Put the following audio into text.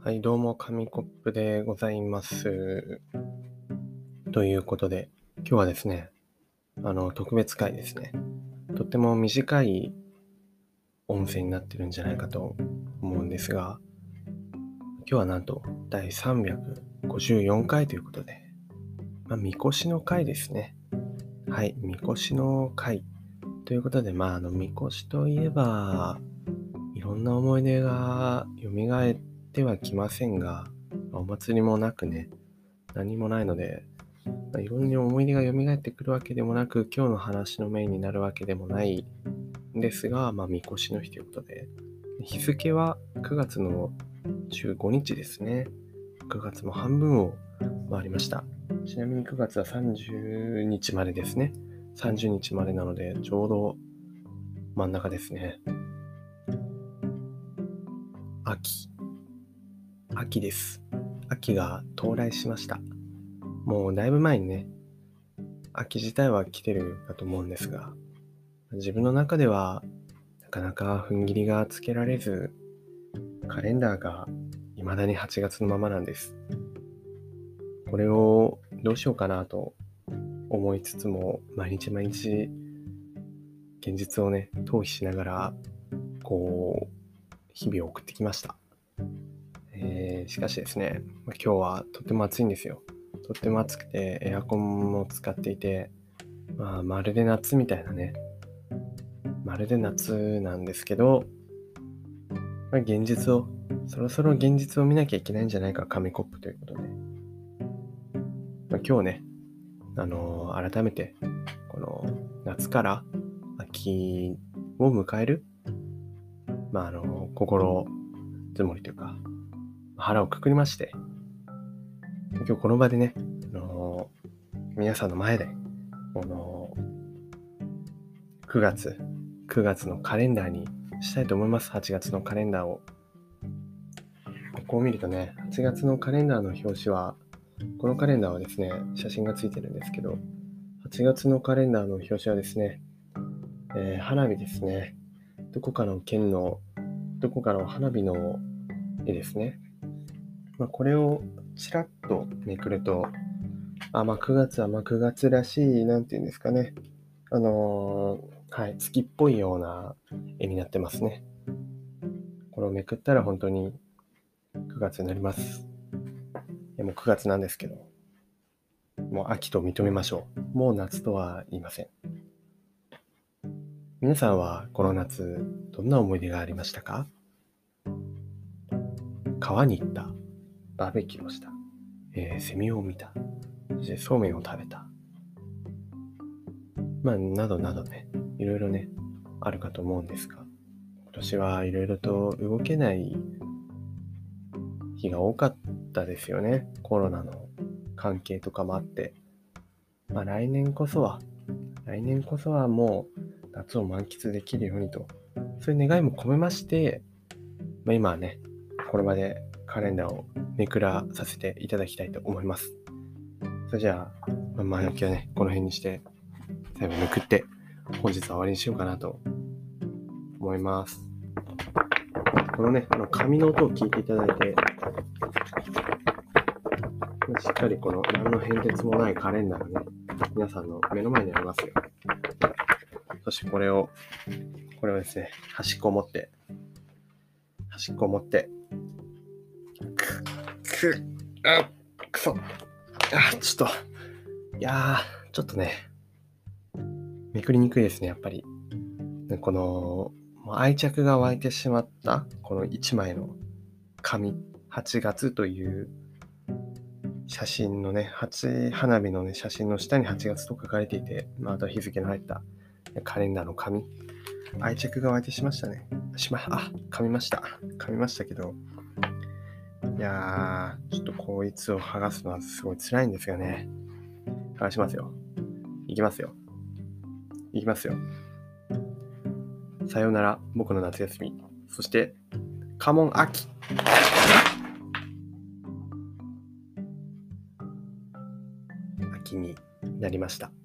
はい、どうも、紙コップでございます。ということで、今日はですね、特別会ですね。とっても短い音声になってるんじゃないかと思うんですが、今日はなんと第354回ということで、みこしの回ですね。はい、みこしの回ということで、みこしといえば、いろんな思い出が蘇ってはきませんが、お祭りもなくね、何もないので、いろんな思い出が蘇ってくるわけでもなく、今日の話のメインになるわけでもないんですが、みこしの日ということで、日付は9月の15日ですね。9月も半分を回りました。ちなみに9月は30日までですね。30日までなので、ちょうど真ん中ですね。秋です。秋が到来しました。もうだいぶ前にね、秋自体は来てるかと思うんですが、自分の中ではなかなか踏ん切りがつけられず、カレンダーが未だに8月のままなんです。これをどうしようかなと思いつつも、毎日現実をね、逃避しながら、日々を送ってきました。しかしですね、今日はとっても暑いんですよ。とっても暑くて、エアコンも使っていて、まるで夏みたいなね、まるで夏なんですけど、そろそろ現実を見なきゃいけないんじゃないか、紙コップということで。今日ね、改めて、この夏から秋を迎える、心づもりというか、腹をくくりまして、今日この場でね、皆さんの前で、9月のカレンダーにしたいと思います。8月のカレンダーを。こう見るとね、8月のカレンダーの表紙は、このカレンダーはですね、写真がついてるんですけど、8月のカレンダーの表紙はですね、花火ですね。どこかの花火の絵ですね。これをちらっとめくると、9月は9月らしい、なんていうんですかね。月っぽいような絵になってますね。これをめくったら本当に9月になります。もう9月なんですけど、もう秋と認めましょう。もう夏とは言いません。皆さんはこの夏、どんな思い出がありましたか？川に行った。バーベキューをした。セミを見た。そしてそうめんを食べた。などなどね、いろいろね、あるかと思うんですが、今年はいろいろと動けない日が多かったですよね。コロナの関係とかもあって。来年こそはもう夏を満喫できるようにと、そういう願いも込めまして、今はね、この場でカレンダーをめくらさせていただきたいと思います。それじゃあ、前置きはね、この辺にして、最後めくって、本日は終わりにしようかなと思います。このね、紙の音を聞いていただいて、しっかりこの何の変哲もないカレンダーがね、皆さんの目の前にありますよ。そしてこれをですね、端っこを持って、くそ。ちょっとね、めくりにくいですね、やっぱり。この、愛着が湧いてしまった、この1枚の紙、8月という写真のね、花火のね、写真の下に8月と書かれていて、あとは日付の入ったカレンダーの紙、愛着が湧いてしましたね。噛みましたけど、ちょっとこいつを剥がすのはすごい辛いんですがね。剥がしますよ。いきますよ。さようなら、僕の夏休み。そして、カモン秋。秋になりました。